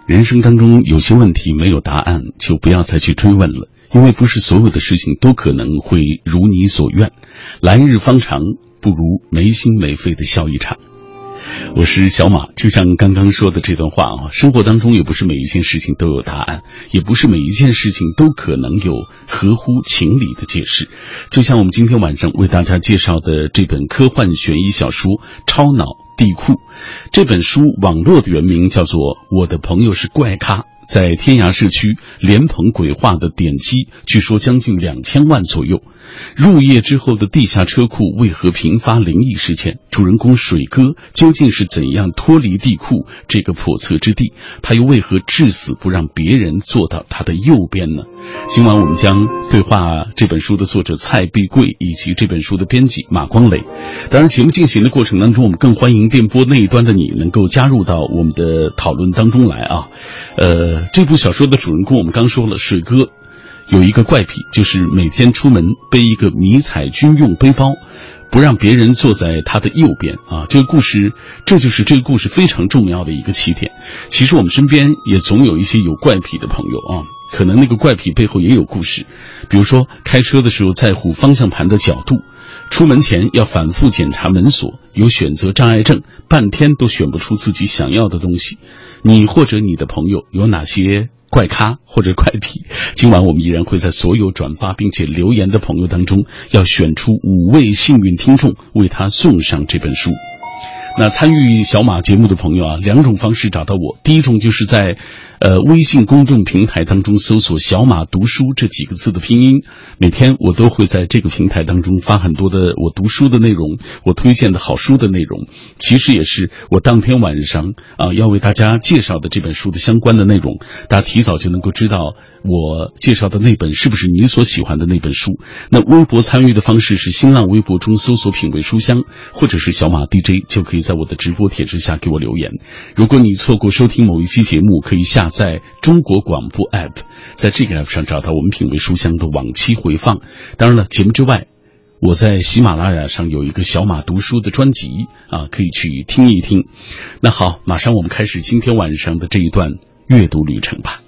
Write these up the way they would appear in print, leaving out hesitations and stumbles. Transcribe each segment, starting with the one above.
人生当中有些问题没有答案，就不要再去追问了，因为不是所有的事情都可能会如你所愿。来日方长，不如没心没肺的笑一场。我是小马，就像刚刚说的这段话啊，生活当中也不是每一件事情都有答案，也不是每一件事情都可能有合乎情理的解释。就像我们今天晚上为大家介绍的这本科幻悬疑小说《超脑地库》，这本书网络的原名叫做《我的朋友是怪咖》，在天涯社区莲蓬鬼话的点击据说将近2000万左右。入夜之后的地下车库为何频发灵异事件？主人公水哥究竟是怎样脱离地库这个叵测之地？他又为何至死不让别人坐到他的右边呢？今晚我们将对话这本书的作者蔡碧贵以及这本书的编辑马光磊。当然节目进行的过程当中，我们更欢迎电波那一端的你能够加入到我们的讨论当中来啊。这部小说的主人公我们刚说了，水哥有一个怪癖，就是每天出门背一个迷彩军用背包，不让别人坐在他的右边啊。这就是这个故事非常重要的一个起点。其实我们身边也总有一些有怪癖的朋友啊，可能那个怪癖背后也有故事。比如说开车的时候在乎方向盘的角度，出门前要反复检查门锁，有选择障碍症，半天都选不出自己想要的东西。你或者你的朋友有哪些怪咖或者怪癖？今晚我们依然会在所有转发并且留言的朋友当中，要选出5位幸运听众，为他送上这本书。那参与小马节目的朋友啊，2种方式找到我。第一种就是在微信公众平台当中搜索小马读书这几个字的拼音，每天我都会在这个平台当中发很多的我读书的内容，我推荐的好书的内容，其实也是我当天晚上要为大家介绍的这本书的相关的内容，大家提早就能够知道我介绍的那本是不是你所喜欢的那本书。那微博参与的方式是新浪微博中搜索品味书香，或者是小马 DJ， 就可以在我的直播帖之下给我留言。如果你错过收听某一期节目，可以下载中国广播 App， 在这个 App 上找到我们品味书香的往期回放。当然了，节目之外，我在喜马拉雅上有一个小马读书的专辑可以去听一听。那好，马上我们开始今天晚上的这一段阅读旅程吧。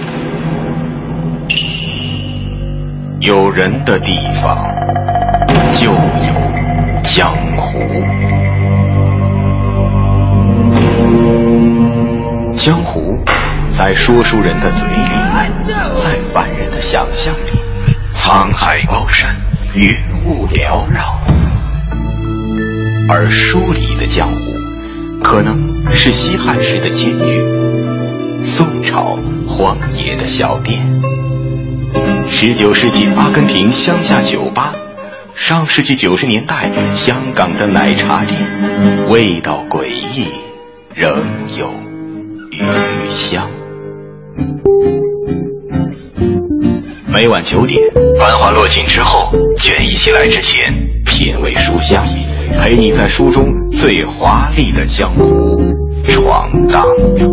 有人的地方就有江湖，江湖在说书人的嘴里，在凡人的想象里，沧海高山，云雾缭绕。而书里的江湖可能是西汉时的监狱，宋朝荒野的小店，19世纪阿根廷乡下酒吧，上世纪90年代香港的奶茶店，味道诡异，仍有余香。每晚9点，繁华落尽之后，倦意袭来之前，品味书香，陪你在书中最华丽的江湖闯荡。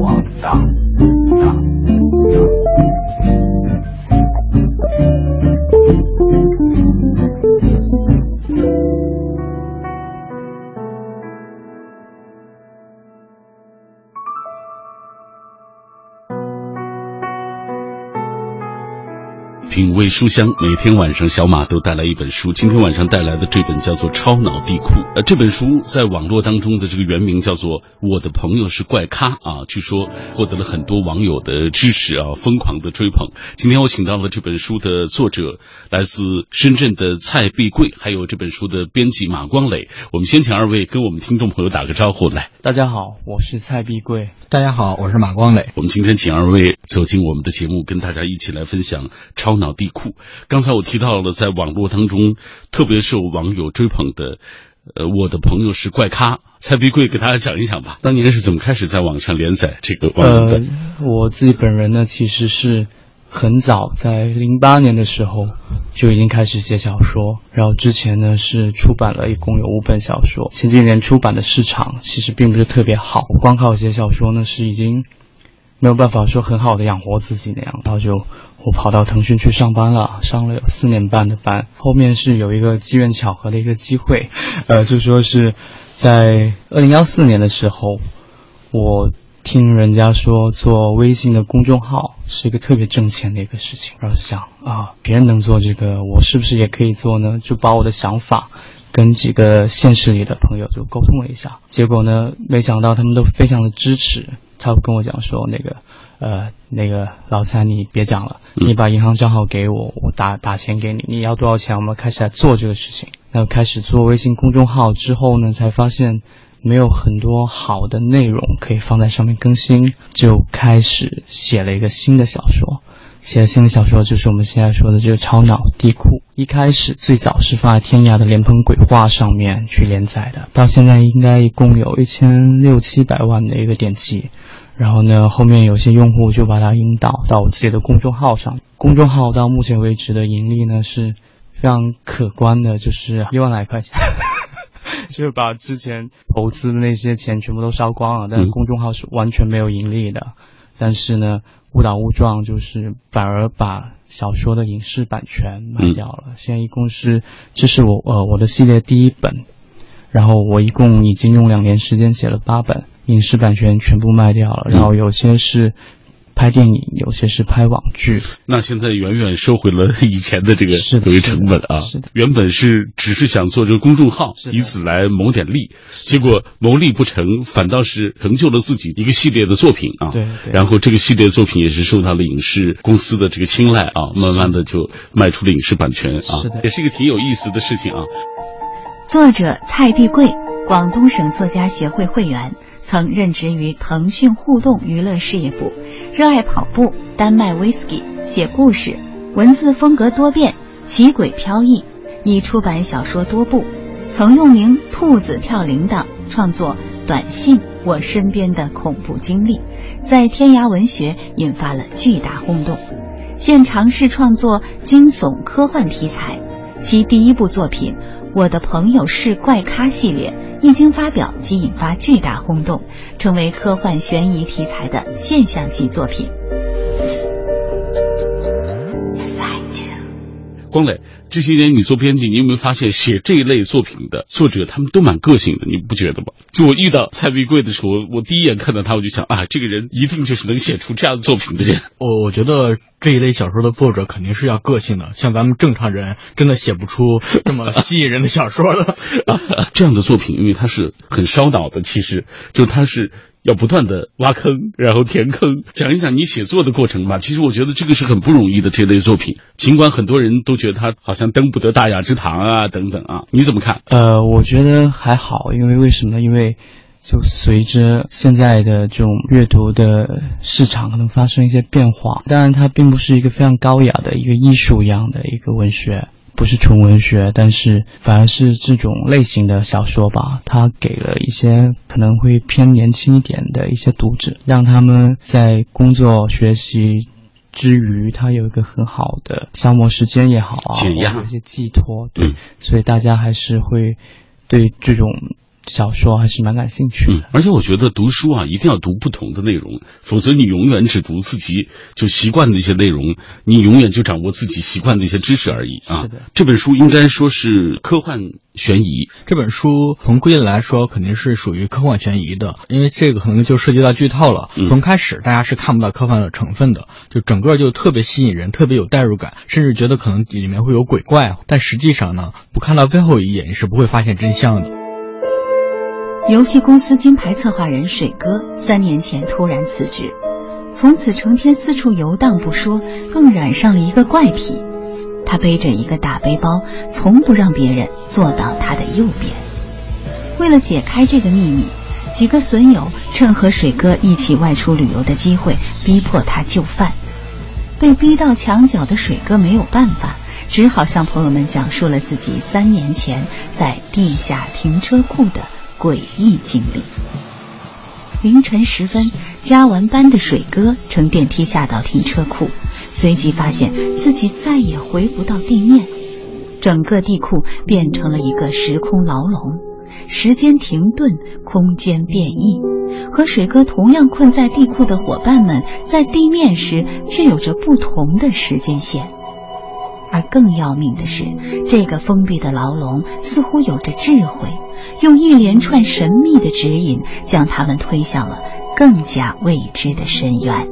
品味书香，每天晚上小马都带来一本书。今天晚上带来的这本叫做《超脑地库》。这本书在网络当中的这个原名叫做《我的朋友是怪咖》据说获得了很多网友的支持疯狂的追捧。今天我请到了这本书的作者，来自深圳的蔡碧贵，还有这本书的编辑马光磊。我们先请二位跟我们听众朋友打个招呼来。 大家好，我是蔡碧贵。 大家好，我是马光磊。 我们今天请二位走进我们的节目，跟大家一起来分享超脑地库。刚才我提到了在网络当中特别受网友追捧的我的朋友是怪咖，蔡碧贵给大家讲一讲吧，当年是怎么开始在网上连载这个网络的？ 我自己本人呢，其实是很早，在08年的时候就已经开始写小说，然后之前呢是出版了一共有5本小说。前几年出版的市场其实并不是特别好，光靠写小说呢是已经没有办法说很好的养活自己那样，然后我跑到腾讯去上班了，上了有4年半的班。后面是有一个机缘巧合的一个机会，就说是在2014年的时候，我听人家说做微信的公众号是一个特别挣钱的一个事情，然后想别人能做这个，我是不是也可以做呢？就把我的想法跟几个现实里的朋友就沟通了一下，结果呢，没想到他们都非常的支持。他跟我讲说，那个老蔡你别讲了，你把银行账号给我，我打钱给你，你要多少钱我们开始来做这个事情。那开始做微信公众号之后呢，才发现没有很多好的内容可以放在上面更新，就开始写了一个新的小说。写的新的小说就是我们现在说的这个超脑地库，一开始最早是放在天涯的莲蓬鬼话上面去连载的，到现在应该一共有1600-700万的一个点击，然后呢后面有些用户就把它引导到我自己的公众号上，公众号到目前为止的盈利呢是非常可观的，就是1万来块钱就是把之前投资的那些钱全部都烧光了，但是公众号是完全没有盈利的。但是呢，误打误撞就是反而把小说的影视版权卖掉了。现在一共这是我的系列第1本，然后我一共已经用2年时间写了8本，影视版权全部卖掉了，然后有些是拍电影，有些是拍网剧。 那现在远远收回了以前的这个成本啊。 是的， 原本只是想做这个公众号，以此来谋点利，结果谋利不成，反倒是成就了自己一个系列的作品啊。 对。 然后这个系列作品也是受到了影视公司的这个青睐啊，慢慢的就卖出了影视版权啊。 是的， 也是一个挺有意思的事情啊。 作者蔡碧桂，广东省作家协会会员，曾任职于腾讯互动娱乐事业部，热爱跑步、丹麦威士忌、写故事，文字风格多变，奇诡飘逸，已出版小说多部，曾用名兔子跳铃铛创作短信《我身边的恐怖经历》，在天涯文学引发了巨大轰动。现尝试创作惊悚科幻题材，其第1部作品《我的朋友是怪咖》系列一经发表即引发巨大轰动，成为科幻悬疑题材的现象级作品。 光磊，这些年你做编辑，你有没有发现写这一类作品的作者他们都蛮个性的，你不觉得吗？就我遇到蔡碧桂的时候，我第一眼看到他我就想这个人一定就是能写出这样的作品的人。 我觉得这一类小说的作者肯定是要个性的，像咱们正常人真的写不出这么吸引人的小说的这样的作品因为它是很烧脑的，其实就它是要不断的挖坑然后填坑，讲一讲你写作的过程吧。其实我觉得这个是很不容易的，这类作品尽管很多人都觉得它好像登不得大雅之堂啊等等啊，你怎么看？ 我觉得还好，因为什么呢？因为就随着现在的这种阅读的市场可能发生一些变化，当然它并不是一个非常高雅的一个艺术一样的一个文学，不是纯文学，但是反而是这种类型的小说吧，它给了一些可能会偏年轻一点的一些读者，让他们在工作学习之余，他有一个很好的消磨时间也好解压， 有一些寄托，对，所以大家还是会对这种小说还是蛮感兴趣的。 而且我觉得读书一定要读不同的内容，否则你永远只读自己就习惯的一些内容，你永远就掌握自己习惯的一些知识而已啊。 是的， 这本书应该说是科幻悬疑。 这本书从规定来说肯定是属于科幻悬疑的，因为这个可能就涉及到剧透了。从开始大家是看不到科幻的成分的，就整个就特别吸引人，特别有代入感，甚至觉得可能里面会有鬼怪，但实际上呢，不看到最后一页你是不会发现真相的。 游戏公司金牌策划人水哥3年前突然辞职，从此成天四处游荡不说，更染上了一个怪癖。他背着一个大背包，从不让别人坐到他的右边。为了解开这个秘密，几个损友趁和水哥一起外出旅游的机会，逼迫他就范。被逼到墙角的水哥没有办法，只好向朋友们讲述了自己3年前在地下停车库的诡异经历。凌晨时分，加完班的水哥乘电梯下到停车库，随即发现自己再也回不到地面，整个地库变成了一个时空牢笼，时间停顿，空间变异。和水哥同样困在地库的伙伴们在地面时却有着不同的时间线。而更要命的是，这个封闭的牢笼似乎有着智慧，用一连串神秘的指引将他们推向了更加未知的深渊。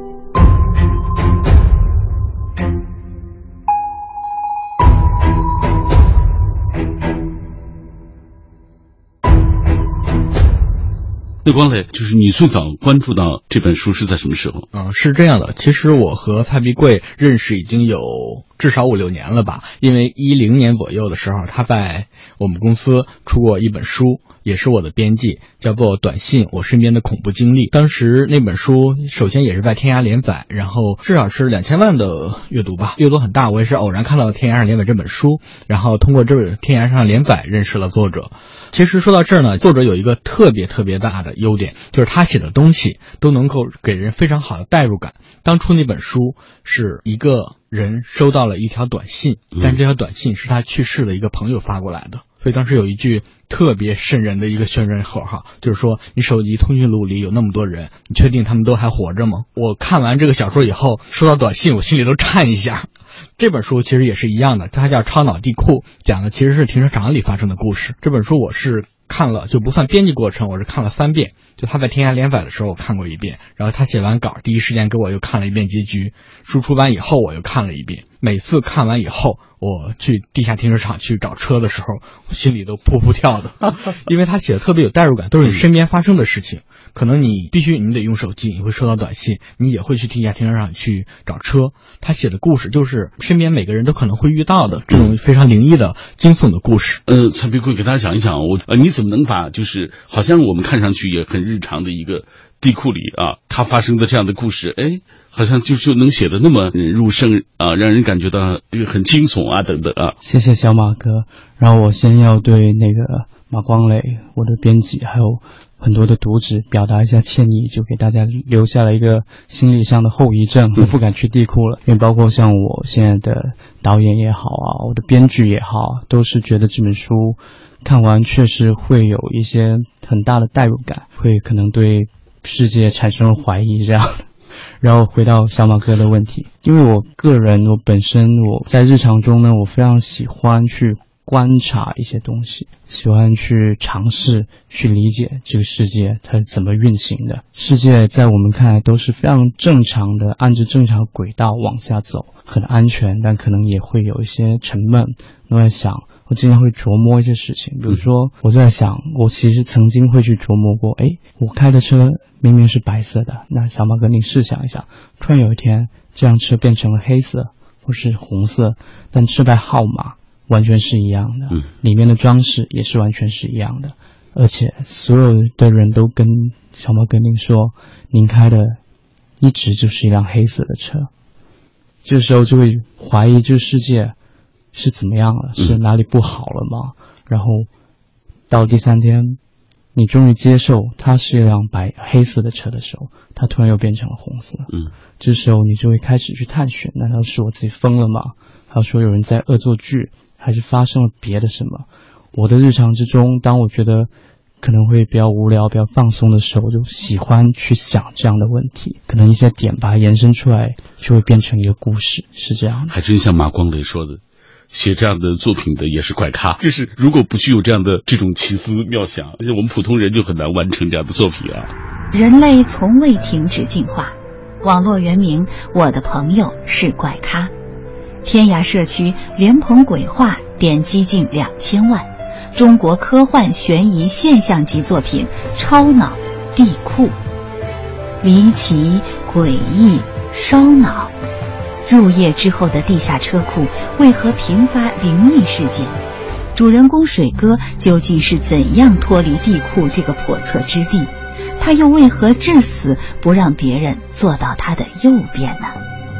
那光磊，就是你最早关注到这本书是在什么时候？ 是这样的，其实我和蔡碧贵认识已经有至少5-6年了吧，因为10年左右的时候，他在我们公司出过一本书，也是我的编辑，叫做《短信：我身边的恐怖经历》。当时那本书首先也是在天涯连载，然后至少是2000万的阅读吧，阅读很大。我也是偶然看到天涯上连载这本书，然后通过这本天涯上连载认识了作者。其实说到这儿呢，作者有一个特别大的优点，就是他写的东西都能够给人非常好的代入感。当初那本书是一个人收到了一条短信，但这条短信是他去世的一个朋友发过来的，所以当时有一句特别瘆人的一个宣传口号，就是说你手机通讯录里有那么多人，你确定他们都还活着吗？我看完这个小说以后收到短信，我心里都颤一下。这本书其实也是一样的，它叫《超脑地库》，讲的其实是停车场里发生的故事。这本书我是看了，就不算编辑过程，我是看了3遍。就他在天涯连载的时候我看过1遍，然后他写完稿第一时间给我又看了1遍结局，书出完以后我又看了1遍。每次看完以后，我去地下停车场去找车的时候，我心里都噗噗跳的，因为他写的特别有代入感，都是你身边发生的事情。可能你得用手机，你会收到短信，你也会去地下停车场去找车。他写的故事就是身边每个人都可能会遇到的这种非常灵异的惊悚的故事。 蔡碧贵给大家讲一讲，你怎么能把就是好像我们看上去也很日常的一个地库里它发生的这样的故事，好像就能写得那么入声让人感觉到这个很惊悚等等谢谢小马哥。然后我先要对那个马光磊，我的编辑，还有很多的读者表达一下歉意，就给大家留下了一个心理上的后遗症，我不敢去地库了。因为包括像我现在的导演也好我的编剧也好，都是觉得这本书看完确实会有一些很大的代入感，会可能对世界产生了怀疑这样的。然后回到小马哥的问题，因为我个人我本身我在日常中呢，我非常喜欢去观察一些东西，喜欢去尝试去理解这个世界它是怎么运行的。世界在我们看来都是非常正常的，按着正常轨道往下走，很安全，但可能也会有一些沉闷。我在想，我经常会琢磨一些事情，比如说我就在想，我其实曾经会去琢磨过，我开的车明明是白色的，那小马哥你试想一下，突然有一天这辆车变成了黑色或是红色，但车牌号码完全是一样的，里面的装饰也是完全是一样的，而且所有的人都跟小马哥您说，您开的一直就是一辆黑色的车。这时候就会怀疑这个世界是怎么样了，是哪里不好了吗？然后到第3天，你终于接受它是一辆黑色的车的时候，它突然又变成了红色。这时候你就会开始去探寻，难道是我自己疯了吗？还是说有人在恶作剧，还是发生了别的什么？我的日常之中，当我觉得可能会比较无聊比较放松的时候，我就喜欢去想这样的问题，可能一些点把它延伸出来，就会变成一个故事，是这样的。 还真像马光磊说的，写这样的作品的也是怪咖，就是如果不具有这样的这种奇思妙想，而且我们普通人就很难完成这样的作品人类从未停止进化，网络原名我的朋友是怪咖，天涯社区莲蓬鬼话点击近2000万，中国科幻悬疑现象级作品超脑地库，离奇诡异烧脑。入夜之后的地下车库为何频发灵异事件？主人公水哥究竟是怎样脱离地库这个叵测之地？他又为何至死不让别人坐到他的右边呢？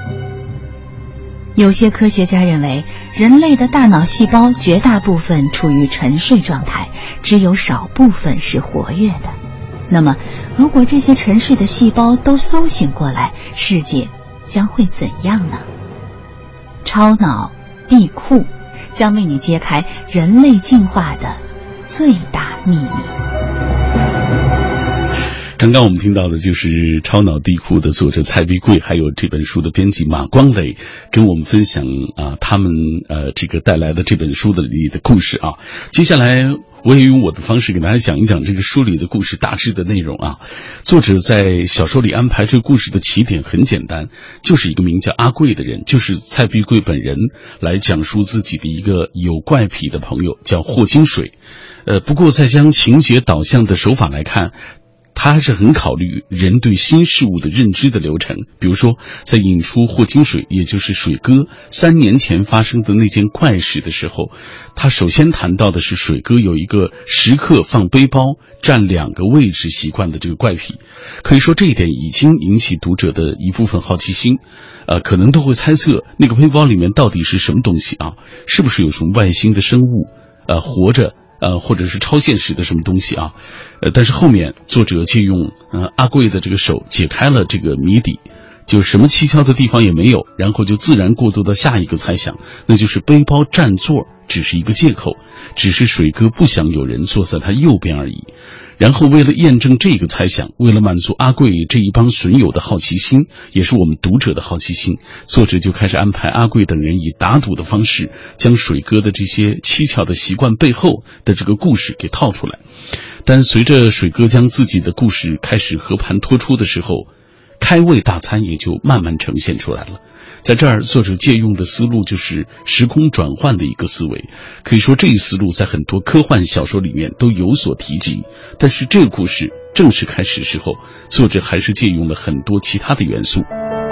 有些科学家认为，人类的大脑细胞绝大部分处于沉睡状态，只有少部分是活跃的。那么，如果这些沉睡的细胞都苏醒过来，世界将会怎样呢？超脑地库将为你揭开人类进化的最大秘密。 刚刚我们听到的就是《超脑地库》的作者蔡碧桂，还有这本书的编辑马光磊，跟我们分享他们这个带来的这本书的里的故事啊。接下来我也用我的方式给大家讲一讲这个书里的故事大致的内容啊。作者在小说里安排这个故事的起点很简单，就是一个名叫阿贵的人，就是蔡碧桂本人来讲述自己的一个有怪癖的朋友，叫霍金水。不过在将情节导向的手法来看，他还是很考虑人对新事物的认知的流程。比如说在引出霍金水，也就是水哥3年前发生的那件怪事的时候，他首先谈到的是水哥有一个时刻放背包占2个位置习惯的这个怪癖。可以说这一点已经引起读者的一部分好奇心，可能都会猜测那个背包里面到底是什么东西啊？是不是有什么外星的生物活着或者是超现实的什么东西啊？但是后面作者借用阿贵的这个手解开了这个谜底，就什么蹊跷的地方也没有，然后就自然过渡到下一个猜想，那就是背包占座只是一个借口，只是水哥不想有人坐在他右边而已。然后为了验证这个猜想，为了满足阿贵这一帮损友的好奇心，也是我们读者的好奇心，作者就开始安排阿贵等人以打赌的方式，将水哥的这些蹊跷的习惯背后的这个故事给套出来。但随着水哥将自己的故事开始和盘托出的时候，开胃大餐也就慢慢呈现出来了。在这儿，作者借用的思路就是时空转换的一个思维，可以说这一思路在很多科幻小说里面都有所提及。但是这个故事正式开始时候，作者还是借用了很多其他的元素。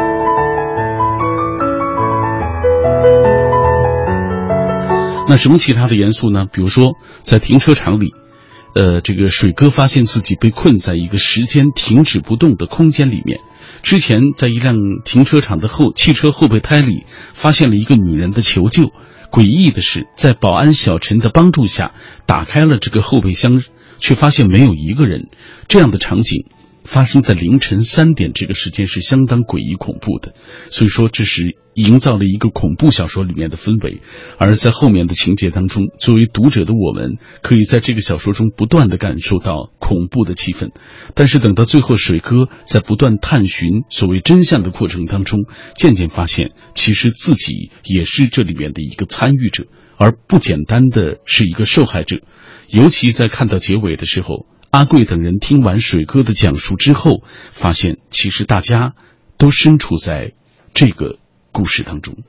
那什么其他的元素呢？比如说在停车场里，这个水哥发现自己被困在一个时间停止不动的空间里面。之前在一辆停车场的汽车后备胎里发现了一个女人的求救，诡异的是，在保安小陈的帮助下打开了这个后备箱，却发现没有一个人。这样的场景发生在凌晨3点，这个时间是相当诡异恐怖的，所以说这是营造了一个恐怖小说里面的氛围。而在后面的情节当中，作为读者的我们可以在这个小说中不断的感受到恐怖的气氛。但是等到最后，水哥在不断探寻所谓真相的过程当中，渐渐发现其实自己也是这里面的一个参与者，而不简单的是一个受害者。尤其在看到结尾的时候，阿贵等人听完水哥的讲述之后，发现其实大家都身处在这个故事当中。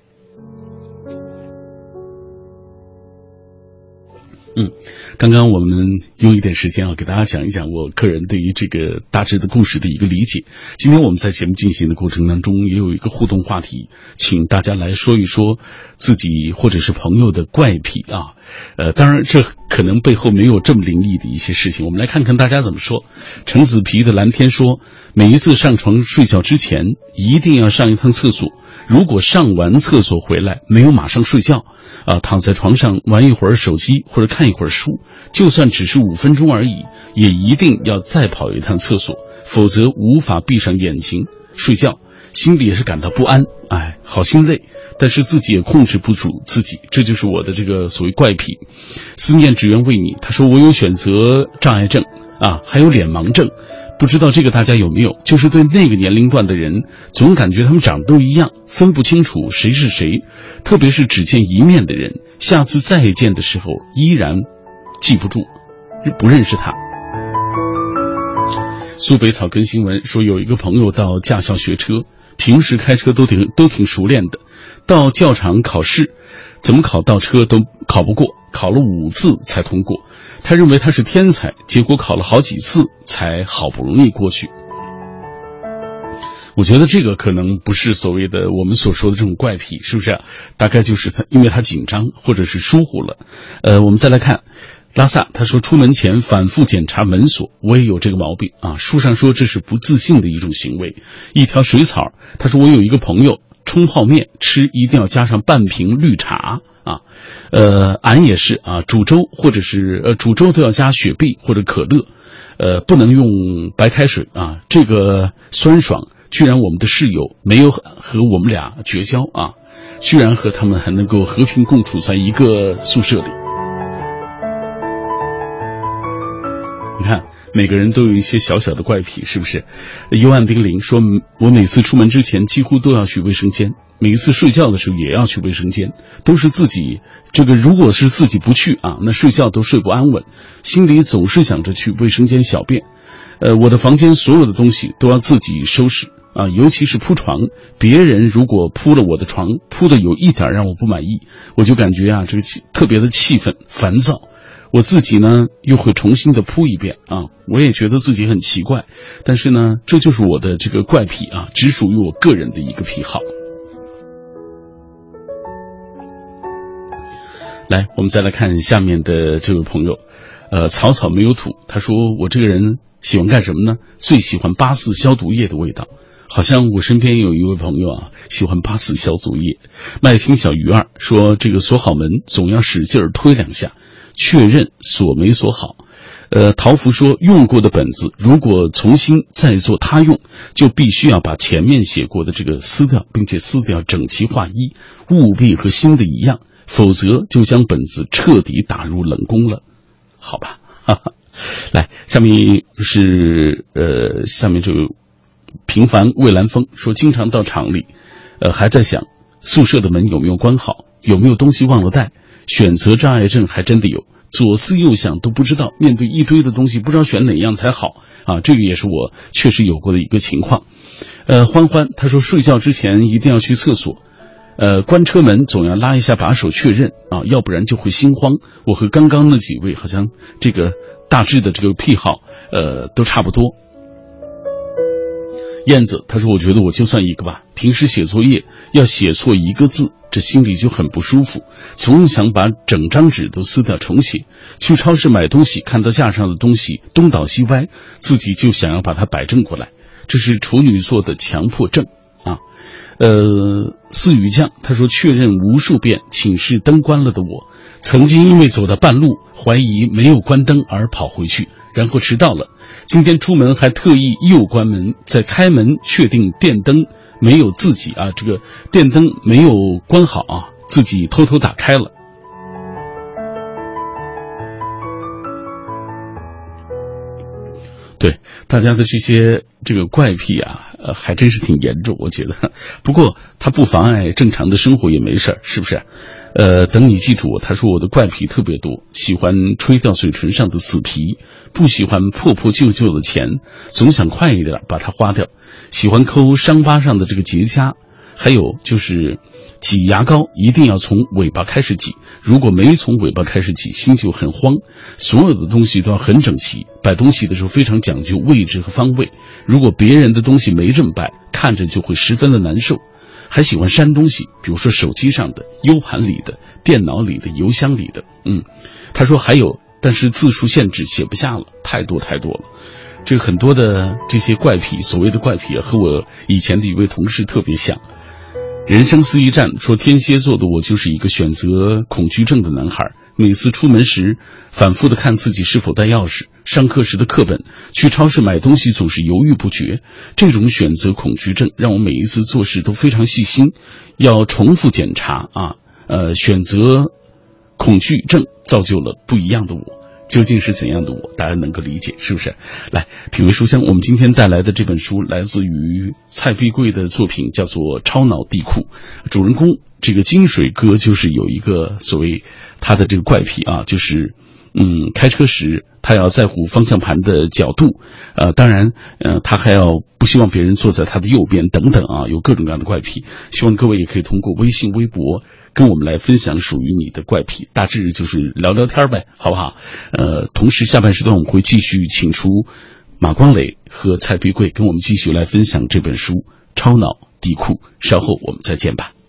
刚刚我们用一点时间给大家讲一讲我个人对于这个大致的故事的一个理解。今天我们在节目进行的过程当中也有一个互动话题，请大家来说一说自己或者是朋友的怪癖啊。当然这可能背后没有这么灵异的一些事情，我们来看看大家怎么说。橙子皮的蓝天说，每一次上床睡觉之前一定要上一趟厕所，如果上完厕所回来没有马上睡觉躺在床上玩一会儿手机或者看一会儿书，就算只是5分钟而已，也一定要再跑一趟厕所，否则无法闭上眼睛睡觉，心里也是感到不安，好心累，但是自己也控制不住自己，这就是我的这个所谓怪癖。思念只愿为你，他说我有选择障碍症还有脸盲症，不知道这个大家有没有，就是对那个年龄段的人总感觉他们长得都一样，分不清楚谁是谁，特别是只见一面的人，下次再见的时候依然记不住，不认识他。苏北草根新闻说，有一个朋友到驾校学车，平时开车都挺熟练的，到教场考试怎么考倒车都考不过，考了5次才通过。他认为他是天才，结果考了好几次才好不容易过去。我觉得这个可能不是所谓的我们所说的这种怪癖，是不是大概就是因为他紧张或者是疏忽了。我们再来看拉萨，他说出门前反复检查门锁，我也有这个毛病书上说这是不自信的一种行为。一条水草，他说我有一个朋友冲泡面吃一定要加上半瓶绿茶俺也是煮粥或者是煮粥都要加雪碧或者可乐，不能用白开水这个酸爽，居然我们的室友没有和我们俩绝交居然和他们还能够和平共处在一个宿舍里。你看每个人都有一些小小的怪癖，是不是？幽暗叮铃说，我每次出门之前几乎都要去卫生间，每一次睡觉的时候也要去卫生间，都是自己如果是自己不去啊，那睡觉都睡不安稳，心里总是想着去卫生间小便。我的房间所有的东西都要自己收拾啊，尤其是铺床，别人如果铺了我的床，铺的有一点让我不满意，我就感觉啊，这个特别的气愤烦躁。我自己呢又会重新的铺一遍啊，我也觉得自己很奇怪，但是呢，这就是我的这个怪癖啊，只属于我个人的一个癖好。来，我们再来看下面的这位朋友，草草没有土，他说我这个人喜欢干什么呢？最喜欢84消毒液的味道。好像我身边有一位朋友啊，喜欢84消毒液。麦青小鱼儿说，这个锁好门总要使劲推2下，确认锁没锁好。陶福说，用过的本子如果重新再做他用，就必须要把前面写过的这个撕掉，并且撕掉整齐划一，务必和新的一样，否则就将本子彻底打入冷宫了。好吧，哈哈。来，下面是下面这个平凡蔚蓝风说，经常到厂里，还在想宿舍的门有没有关好，有没有东西忘了带，选择障碍症还真的有，左思右想都不知道，面对一堆的东西不知道选哪样才好啊，这个也是我确实有过的一个情况。欢欢他说，睡觉之前一定要去厕所，关车门总要拉一下把手确认啊，要不然就会心慌。我和刚刚那几位好像这个大致的这个癖好都差不多。燕子他说，我觉得我就算一个吧，平时写作业要写错一个字，这心里就很不舒服，总想把整张纸都撕掉重写。去超市买东西，看到架上的东西东倒西歪，自己就想要把它摆正过来，这是处女座的强迫症啊。四雨酱他说，确认无数遍寝室灯关了的我，曾经因为走到半路怀疑没有关灯而跑回去，然后迟到了。今天出门还特意又关门，再开门确定电灯没有自己啊，这个电灯没有关好啊，自己偷偷打开了。对，大家的这个怪癖啊，还真是挺严重，我觉得。不过它不妨碍正常的生活也没事，是不是？等你记住我，他说我的怪癖特别多，喜欢吹掉嘴唇上的死皮，不喜欢破破旧旧的钱，总想快一点把它花掉，喜欢抠伤疤上的这个结痂，还有就是挤牙膏一定要从尾巴开始挤，如果没从尾巴开始挤，心就很慌。所有的东西都要很整齐，摆东西的时候非常讲究位置和方位，如果别人的东西没这么摆，看着就会十分的难受。还喜欢删东西，比如说手机上的、U 盘里的、电脑里的、邮箱里的。他说还有，但是字数限制写不下了，太多了。这很多的这些怪癖，所谓的怪癖啊，和我以前的一位同事特别像。人生四驿站说，天蝎座的我就是一个选择恐惧症的男孩，每次出门时反复的看自己是否带钥匙，上课时的课本，去超市买东西总是犹豫不决。这种选择恐惧症让我每一次做事都非常细心，要重复检查啊。选择恐惧症造就了不一样的我，究竟是怎样的我，大家能够理解，是不是？来，品味书香，我们今天带来的这本书来自于蔡碧贵的作品，叫做《超脑地库》。主人公这个金水哥就是有一个所谓他的这个怪癖啊，就是开车时他要在乎方向盘的角度，当然他还要不希望别人坐在他的右边等等啊，有各种各样的怪癖。希望各位也可以通过微信微博跟我们来分享属于你的怪癖，大致就是聊聊天呗，好不好？同时下半时段我们会继续请出马光磊和蔡碧贵跟我们继续来分享这本书《超脑地库》，稍后我们再见吧。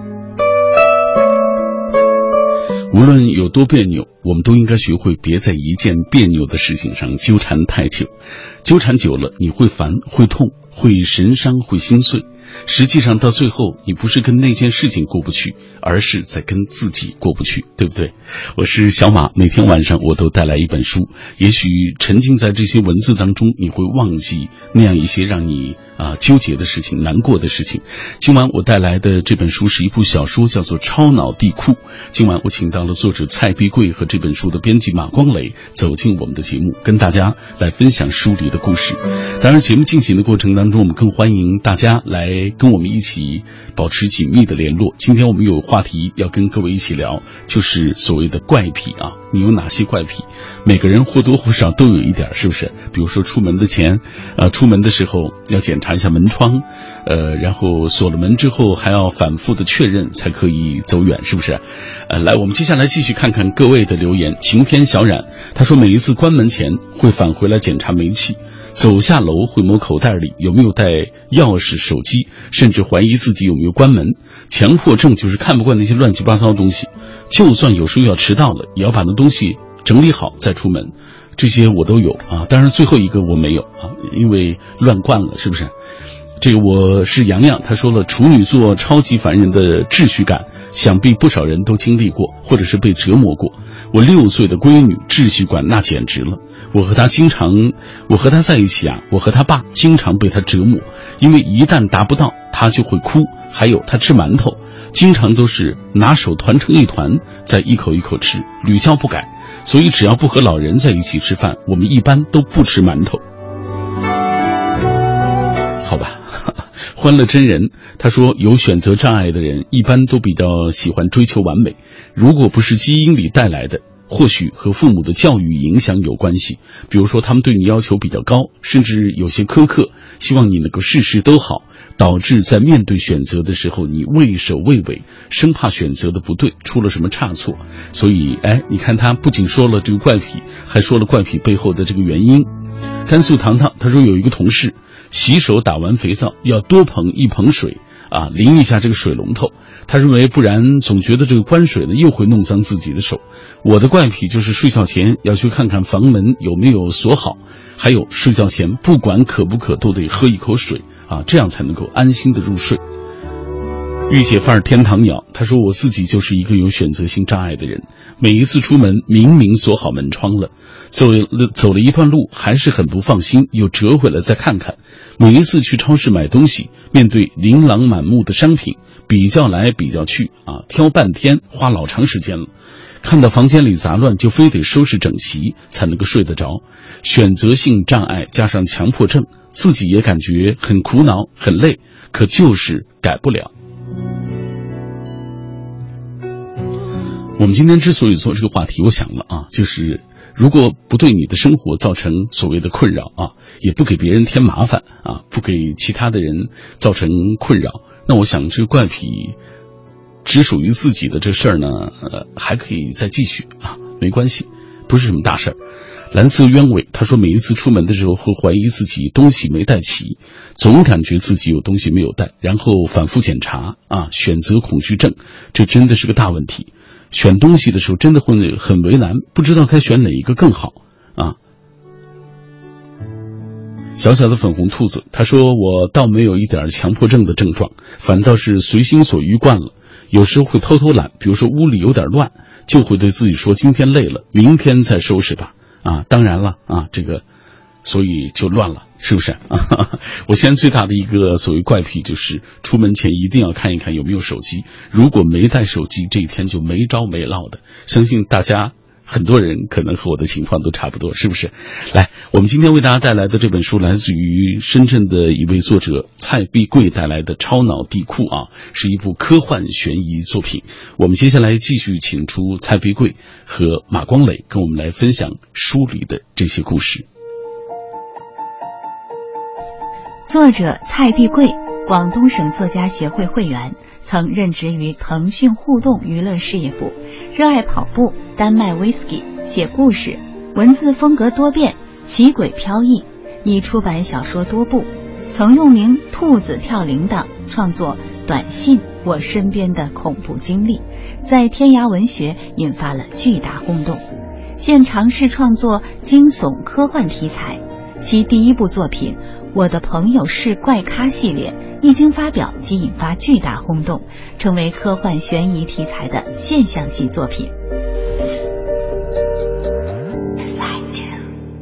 无论有多别扭，我们都应该学会别在一件别扭的事情上纠缠太久。纠缠久了，你会烦，会痛，会神伤，会心碎。实际上到最后，你不是跟那件事情过不去，而是在跟自己过不去，对不对？我是小马，每天晚上我都带来一本书，也许沉浸在这些文字当中，你会忘记那样一些让你纠结的事情，难过的事情。今晚我带来的这本书是一部小说，叫做《超脑地库》。今晚我请到了作者蔡碧贵和这本书的编辑马光磊走进我们的节目，跟大家来分享书里的故事。当然节目进行的过程当中，我们更欢迎大家来跟我们一起保持紧密的联络。今天我们有话题要跟各位一起聊，就是所谓的怪癖啊，你有哪些怪癖？每个人或多或少都有一点，是不是？比如说出门的前出门的时候要检查一下门窗，然后锁了门之后还要反复的确认才可以走远，是不是？来，我们接下来继续看看各位的留言。晴天小冉他说，每一次关门前会返回来检查煤气，走下楼会摸口袋里有没有带钥匙、手机，甚至怀疑自己有没有关门。强迫症就是看不惯那些乱七八糟的东西，就算有时候要迟到了，也要把那东西整理好再出门。这些我都有啊，当然最后一个我没有啊，因为乱惯了，是不是？这个我是洋洋，他说了，处女座超级烦人的秩序感，想必不少人都经历过，或者是被折磨过。我6岁的闺女秩序感那简直了，我和她在一起啊，我和她爸经常被她折磨，因为一旦达不到她就会哭。还有她吃馒头，经常都是拿手团成一团，再一口一口吃，屡教不改。所以只要不和老人在一起吃饭，我们一般都不吃馒头。好吧，欢乐真人他说，有选择障碍的人一般都比较喜欢追求完美，如果不是基因里带来的，或许和父母的教育影响有关系。比如说他们对你要求比较高，甚至有些苛刻，希望你能够事事都好，导致在面对选择的时候你畏首畏尾，生怕选择的不对，出了什么差错。所以你看他不仅说了这个怪癖，还说了怪癖背后的这个原因。甘肃糖糖他说，有一个同事洗手打完肥皂要多捧一盆水啊，淋一下这个水龙头，他认为不然总觉得这个关水呢又会弄脏自己的手。我的怪癖就是睡觉前要去看看房门有没有锁好，还有睡觉前不管渴不渴都得喝一口水啊，这样才能够安心的入睡。御姐范儿天堂鸟他说，我自己就是一个有选择性障碍的人，每一次出门明明锁好门窗了，走了一段路还是很不放心，又折回来再看看。每一次去超市买东西，面对琳琅满目的商品，比较来比较去啊，挑半天花老长时间了。看到房间里杂乱就非得收拾整齐才能够睡得着。选择性障碍加上强迫症，自己也感觉很苦恼很累，可就是改不了。我们今天之所以做这个话题，我想了啊，就是如果不对你的生活造成所谓的困扰啊，也不给别人添麻烦啊，不给其他的人造成困扰，那我想这个怪癖只属于自己的这事儿呢，还可以再继续啊，没关系，不是什么大事儿。蓝色鸢尾他说，每一次出门的时候会怀疑自己东西没带齐，总感觉自己有东西没有带，然后反复检查啊，选择恐惧症，这真的是个大问题。选东西的时候真的会很为难，不知道该选哪一个更好啊。小小的粉红兔子他说，我倒没有一点强迫症的症状，反倒是随心所欲惯了，有时候会偷偷懒，比如说屋里有点乱，就会对自己说今天累了，明天再收拾吧啊，当然了啊，这个所以就乱了，是不是啊？我现在最大的一个所谓怪癖就是出门前一定要看一看有没有手机，如果没带手机，这一天就没着没落的。相信大家很多人可能和我的情况都差不多，是不是？来，我们今天为大家带来的这本书来自于深圳的一位作者蔡碧贵带来的超脑地库啊，是一部科幻悬疑作品。我们接下来继续请出蔡碧贵和马光磊跟我们来分享书里的这些故事。 作者蔡碧贵，广东省作家协会会员，曾任职于腾讯互动娱乐事业部，热爱跑步、丹麦威士忌、写故事，文字风格多变，奇诡飘逸，已出版小说多部，曾用名兔子跳铃铛创作短信《我身边的恐怖经历》，在天涯文学引发了巨大轰动。现尝试创作惊悚科幻题材，其第一部作品《我的朋友是怪咖》系列一经发表即引发巨大轰动，成为科幻悬疑题材的现象级作品。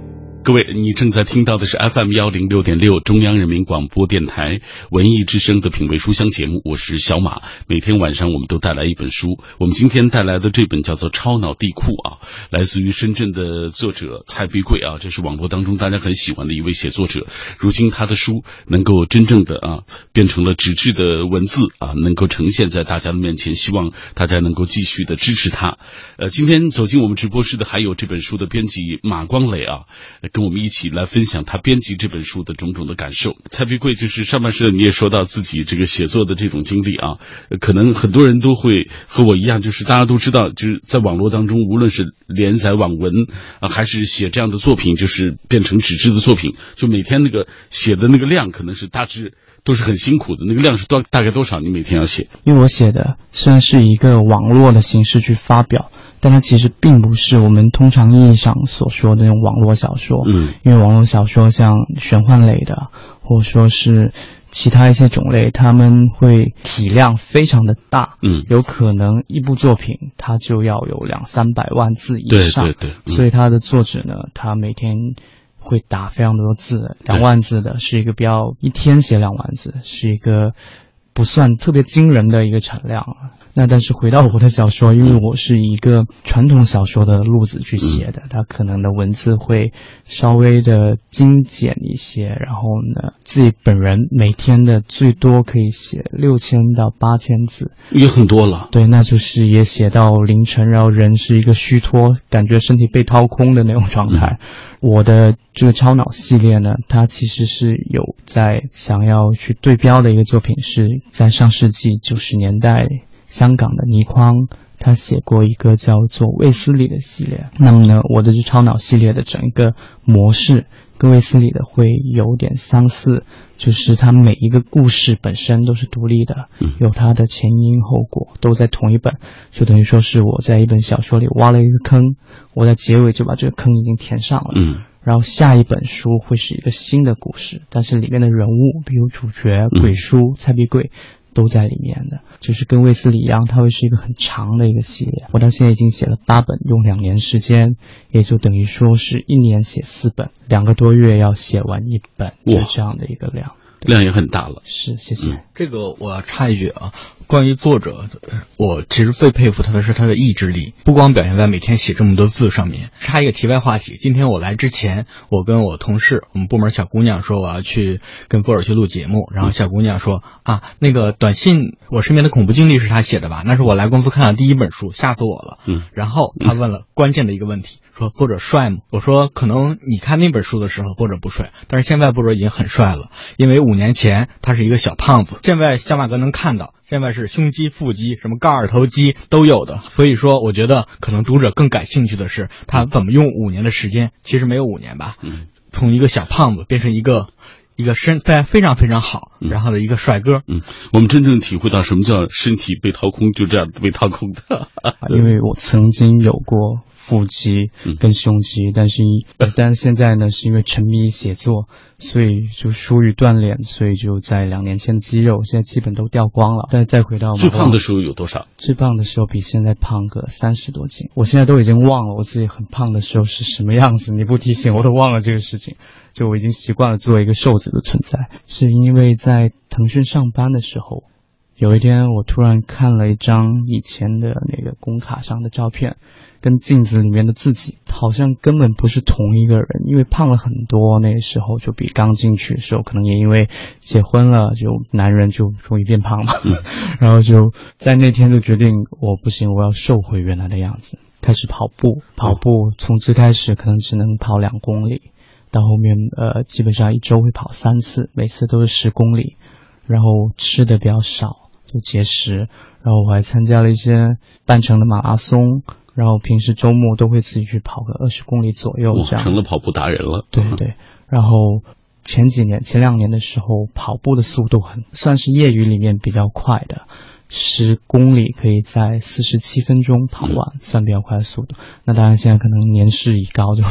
各位，你正在听到的是 FM106.6 中央人民广播电台文艺之声的品味书香节目，我是小马。每天晚上我们都带来一本书，我们今天带来的这本叫做《超脑地库》啊，来自于深圳的作者蔡碧贵啊，这是网络当中大家很喜欢的一位写作者。如今他的书能够真正的变成了纸质的文字啊，能够呈现在大家的面前，希望大家能够继续的支持他。今天走进我们直播室的还有这本书的编辑马光磊啊，跟我们一起来分享他编辑这本书的种种的感受。蔡碧贵就是上半时你也说到自己这个写作的这种经历啊，可能很多人都会和我一样，就是大家都知道，就是在网络当中，无论是连载网文还是写这样的作品，就是变成纸质的作品，就每天那个写的那个量可能是大致都是很辛苦的。那个量是大概多少？你每天要写？ 因为我写的虽然是一个网络的形式去发表，但它其实并不是我们通常意义上所说的那种网络小说。因为网络小说像玄幻类的，或者说是其他一些种类，他们会体量非常的大，有可能一部作品它就要有200-300万字以上。 对， 所以他的作者呢，他每天会打非常多字，2万字的是一个一天写2万字，是一个不算特别惊人的一个产量。那但是回到我的小说，因为我是一个传统小说的路子去写的，它可能的文字会稍微的精简一些，然后呢，自己本人每天的最多可以写6000到8000字， 也很多了。 对，那就是也写到凌晨，然后人是一个虚脱，感觉身体被掏空的那种状态。我的这个超脑系列呢，它其实是有在想要去对标的一个作品，是在上世纪90年代香港的倪匡，他写过一个叫做卫斯理的系列。那么呢，我的这超脑系列的整个模式跟卫斯理的会有点相似，就是它每一个故事本身都是独立的，有它的前因后果，都在同一本，就等于说是我在一本小说里挖了一个坑，我在结尾就把这个坑已经填上了。然后下一本书会是一个新的故事，但是里面的人物，比如主角鬼叔蔡碧贵都在里面的，就是跟卫斯理一样，它会是一个很长的一个系列。我到现在已经写了8本，用2年时间，也就等于说是1年写4本，2个多月要写完1本，就这样的一个量。 量也很大了。 是，谢谢。 这个我要插一句啊，关于作者，我其实最佩服他的是他的意志力，不光表现在每天写这么多字上面。插一个题外话题，今天我来之前，我跟我同事，我们部门小姑娘说我要去跟作者去录节目，然后小姑娘说那个短信我身边的恐怖经历是他写的吧？那是我来公司看的第一本书，吓死我了。然后他问了关键的一个问题，说作者帅吗？我说可能你看那本书的时候作者不帅，但是现在作者已经很帅了，因为5年前他是一个小胖子，现在小马哥能看到，现在是胸肌、腹肌、什么肱二头肌都有的。所以说我觉得可能读者更感兴趣的是他怎么用5年的时间，其实没有5年吧，从一个小胖子变成一个身材非常非常好，然后的一个帅哥。 我们真正体会到什么叫身体被掏空，就这样被掏空的。 因为我曾经有过腹肌跟胸肌，但是现在呢，是因为沉迷写作，所以就疏于锻炼，所以就在2年前的肌肉现在基本都掉光了。但是再回到最胖的时候有多少？ 最胖的时候比现在胖个30多斤，我现在都已经忘了我自己很胖的时候是什么样子，你不提醒我都忘了这个事情。就我已经习惯了作为一个瘦子的存在，是因为在腾讯上班的时候，有一天我突然看了一张以前的那个工卡上的照片，跟镜子里面的自己好像根本不是同一个人，因为胖了很多，那个时候就比刚进去的时候，可能也因为结婚了，就男人就容易变胖嘛，然后就在那天就决定我不行，我要瘦回原来的样子，开始跑步从最开始可能只能跑2公里，到后面基本上1周会跑3次，每次都是10公里，然后吃的比较少，就节食，然后我还参加了一些半程的马拉松，然后平时周末都会自己去跑个20公里左右，这样成了跑步达人了。 对，然后前2年的时候，跑步的速度算是业余里面比较快的，10公里可以在47分钟跑完，算比较快的速度。那当然现在可能年事已高，就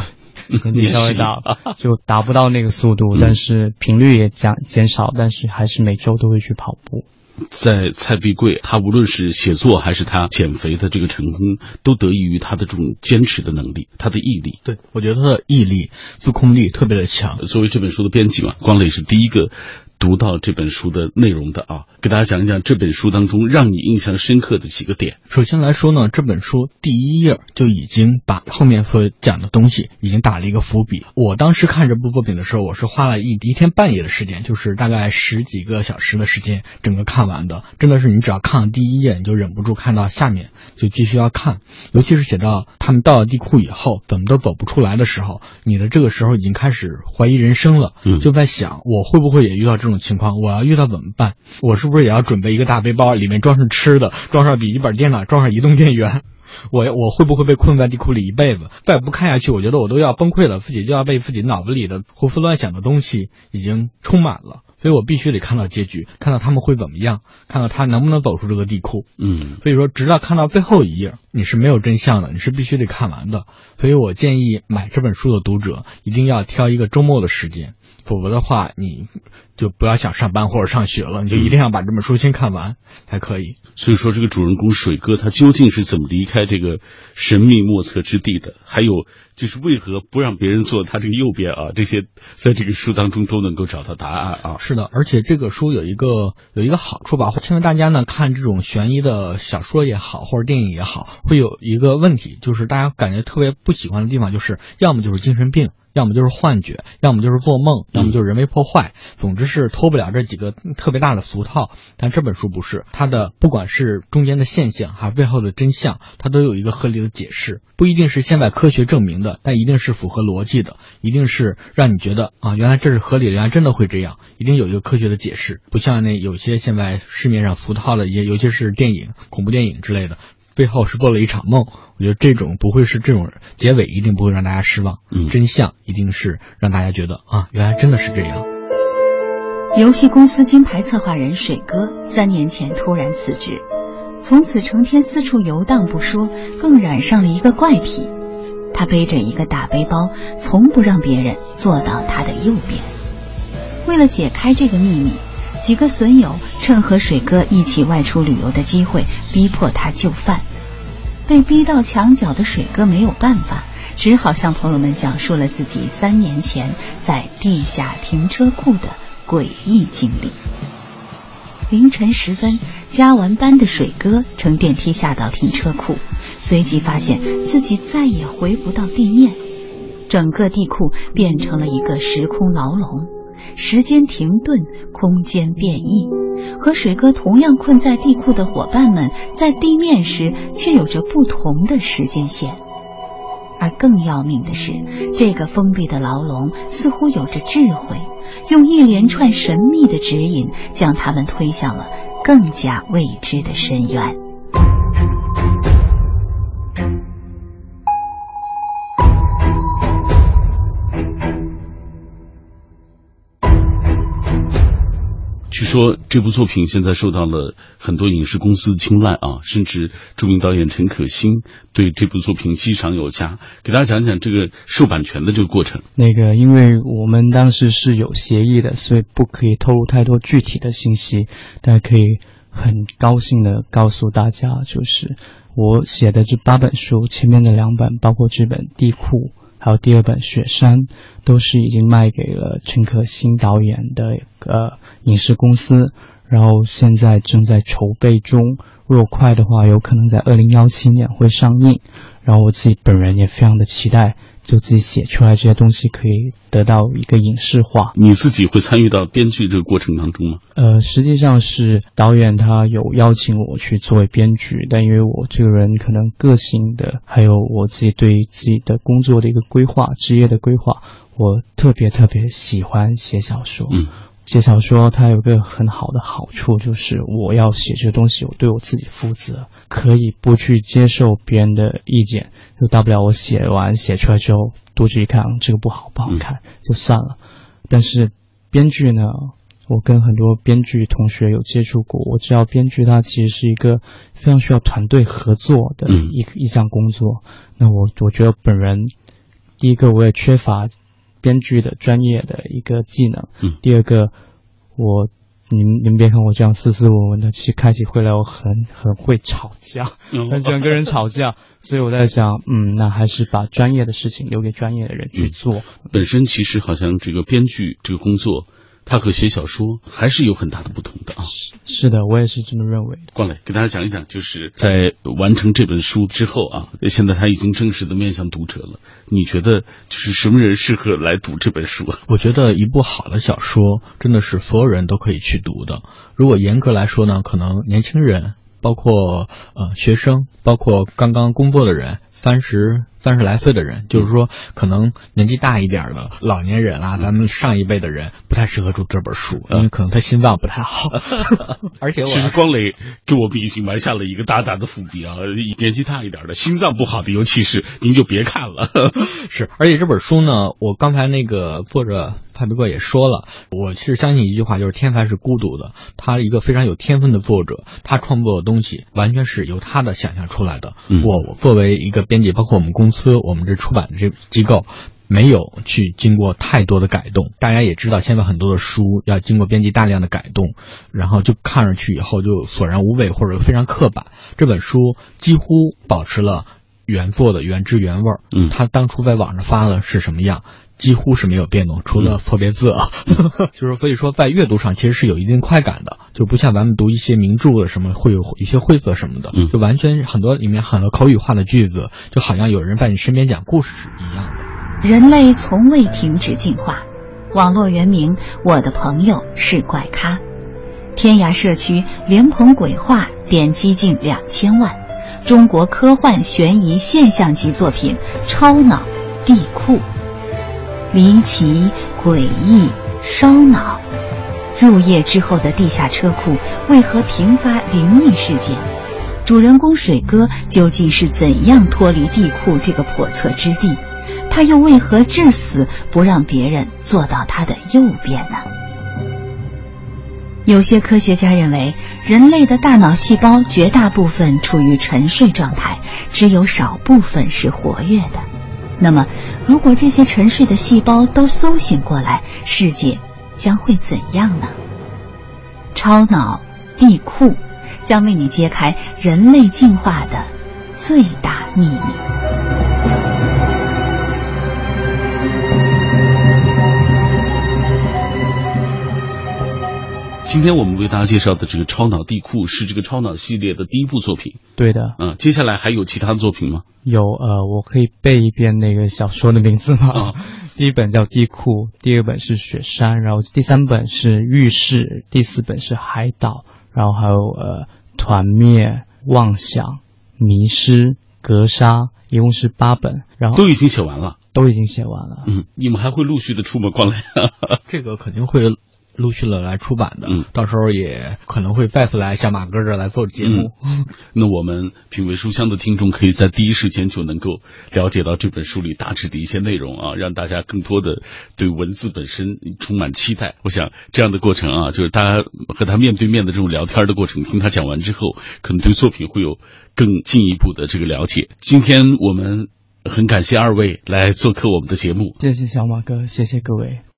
年纪稍微大就达不到那个速度，但是频率也减少，但是还是每周都会去跑步。 在蔡碧桂，他无论是写作还是他减肥的这个成功，都得益于他的这种坚持的能力，他的毅力。 对，我觉得他的毅力、自控力特别的强。 作为这本书的编辑嘛，光磊是第一个读到这本书的内容的啊，给大家讲一讲这本书当中让你印象深刻的几个点。 首先来说呢，这本书第一页就已经把后面所讲的东西已经打了一个伏笔。我当时看这部作品的时候，我是花了一天半夜的时间，就是大概10几个小时的时间，整个看完的。真的是你只要看了第一页，你就忍不住看到下面就继续要看。尤其是写到他们到了地库以后，怎么都走不出来的时候，你的这个时候已经开始怀疑人生了，就在想我会不会也遇到这种情况，我要遇到怎么办？我是不是也要准备一个大背包，里面装上吃的，装上笔记本电脑，装上移动电源？我会不会被困在地库里一辈子？再不看下去，我觉得我都要崩溃了，自己就要被自己脑子里的胡思乱想的东西已经充满了。所以我必须得看到结局，看到他们会怎么样，看到他能不能走出这个地库。所以说直到看到最后一页，你是没有真相的，你是必须得看完的。所以我建议买这本书的读者一定要挑一个周末的时间，否则的话你就不要想上班或者上学了，你就一定要把这本书先看完才可以。 所以说这个主人公水哥他究竟是怎么离开这个神秘莫测之地的，还有就是为何不让别人坐他这个右边啊，这些在这个书当中都能够找到答案啊。 是的，而且这个书有一个好处吧，现在大家呢看这种悬疑的小说也好或者电影也好，会有一个问题，就是大家感觉特别不喜欢的地方，就是要么就是精神病，要么就是幻觉，要么就是做梦，要么就是人为破坏，总之是脱不了这几个特别大的俗套。但这本书不是，它的不管是中间的现象还是背后的真相，它都有一个合理的解释，不一定是现在科学证明的，但一定是符合逻辑的，一定是让你觉得啊，原来这是合理的，原来真的会这样，一定有一个科学的解释。不像那有些现在市面上俗套的，也尤其是电影、恐怖电影之类的，背后是做了一场梦。我觉得这种不会是这种结尾，一定不会让大家失望。真相一定是让大家觉得啊，原来真的是这样。 游戏公司金牌策划人水哥3年前突然辞职，从此成天四处游荡不说，更染上了一个怪癖。他背着一个大背包，从不让别人坐到他的右边。为了解开这个秘密，几个损友趁和水哥一起外出旅游的机会，逼迫他就范。被逼到墙角的水哥没有办法，只好向朋友们讲述了自己3年前在地下停车库的诡异经历。凌晨时分，加完班的水哥乘电梯下到停车库，随即发现自己再也回不到地面，整个地库变成了一个时空牢笼，时间停顿，空间变异。和水哥同样困在地库的伙伴们在地面时却有着不同的时间线。而更要命的是，这个封闭的牢笼似乎有着智慧，用一连串神秘的指引将他们推向了更加未知的深渊。 据说这部作品现在受到了很多影视公司青睐啊，甚至著名导演陈可辛对这部作品激赏有加。给大家讲讲这个授版权的这个过程。 因为我们当时是有协议的，所以不可以透露太多具体的信息，但可以很高兴的告诉大家，就是我写的这8本书，前面的2本包括这本《地库》还有第2本《雪山》，都是已经卖给了陈可辛导演的影视公司，然后现在正在筹备中，若快的话有可能在2017年会上映。然后我自己本人也非常的期待，就自己写出来这些东西可以得到一个影视化。 你自己会参与到编剧这个过程当中吗？ 实际上是导演他有邀请我去作为编剧，但因为我这个人可能个性的，还有我自己对自己的工作的一个规划，职业的规划，我特别喜欢写小说。写小说它有个很好的好处，就是我要写这个东西，我对我自己负责，可以不去接受别人的意见，就大不了我写出来之后读者一看这个不好看就算了。但是编剧呢，我跟很多编剧同学有接触过，我知道编剧它其实是一个非常需要团队合作的一项工作。那我觉得本人第一个我也缺乏编剧的专业的一个技能，第二个你们别看我这样斯斯文文的，其实开起会来我很会吵架，很喜欢跟人吵架，所以我在想，那还是把专业的事情留给专业的人去做。 本身其实好像这个编剧这个工作，它和写小说还是有很大的不同的啊。 是的，我也是这么认为的。 光磊给大家讲一讲，就是在完成这本书之后啊，现在他已经正式的面向读者了。你觉得就是什么人适合来读这本书啊？ 我觉得一部好的小说真的是所有人都可以去读的。如果严格来说呢，可能年轻人，包括学生，包括刚刚工作的人，30来岁的人，就是说可能年纪大一点的老年人啊，咱们上一辈的人不太适合读这本书，因为可能他心脏不太好。而且其实光磊给我们已经埋下了一个大大的伏笔啊，年纪大一点的心脏不好的，尤其是您就别看了。 是，而且这本书呢，我刚才那个作者派别哥也说了，我是相信一句话，就是天才是孤独的。他一个非常有天分的作者，他创作的东西完全是由他的想象出来的。我作为一个编辑，包括我们公司，我们这出版的这机构，没有去经过太多的改动。大家也知道，现在很多的书要经过编辑大量的改动，然后就看上去以后就索然无味或者非常刻板。这本书几乎保持了原作的原汁原味。他当初在网上发了是什么样，几乎是没有变动，除了错别字啊。就是所以说在阅读上其实是有一定快感的，就不像咱们读一些名著的什么会有一些晦涩什么的，就完全很多里面很多口语化的句子，就好像有人在你身边讲故事一样的。 人类从未停止进化。网络原名我的朋友是怪咖。天涯社区莲蓬鬼话点击近2000万。中国科幻悬疑现象级作品超脑地库。离奇诡异烧脑，入夜之后的地下车库为何频发灵异事件？主人公水哥究竟是怎样脱离地库这个叵测之地？他又为何至死不让别人坐到他的右边呢？有些科学家认为，人类的大脑细胞绝大部分处于沉睡状态，只有少部分是活跃的。那么，如果这些沉睡的细胞都苏醒过来，世界将会怎样呢？超脑地库将为你揭开人类进化的最大秘密。 今天我们为大家介绍的这个超脑地库是这个超脑系列的第一部作品。 对的。 接下来还有其他的作品吗？ 有，我可以背一遍那个小说的名字吗？第一本叫地库，第二本是雪山，然后第三本是浴室，第四本是海岛，然后还有团灭、妄想、迷失、格杀，一共是8本，然后都已经写完了。 都已经写完了。 你们还会陆续的出吗？光磊？ 这个肯定会陆续的来出版的，到时候也可能会再次来小马哥这儿来做节目。 那我们品味书香的听众可以在第一时间就能够了解到这本书里大致的一些内容啊，让大家更多的对文字本身充满期待。我想这样的过程啊，就是大家和他面对面的这种聊天的过程，听他讲完之后，可能对作品会有更进一步的这个了解。今天我们很感谢2位来做客我们的节目。 谢谢小马哥，谢谢各位。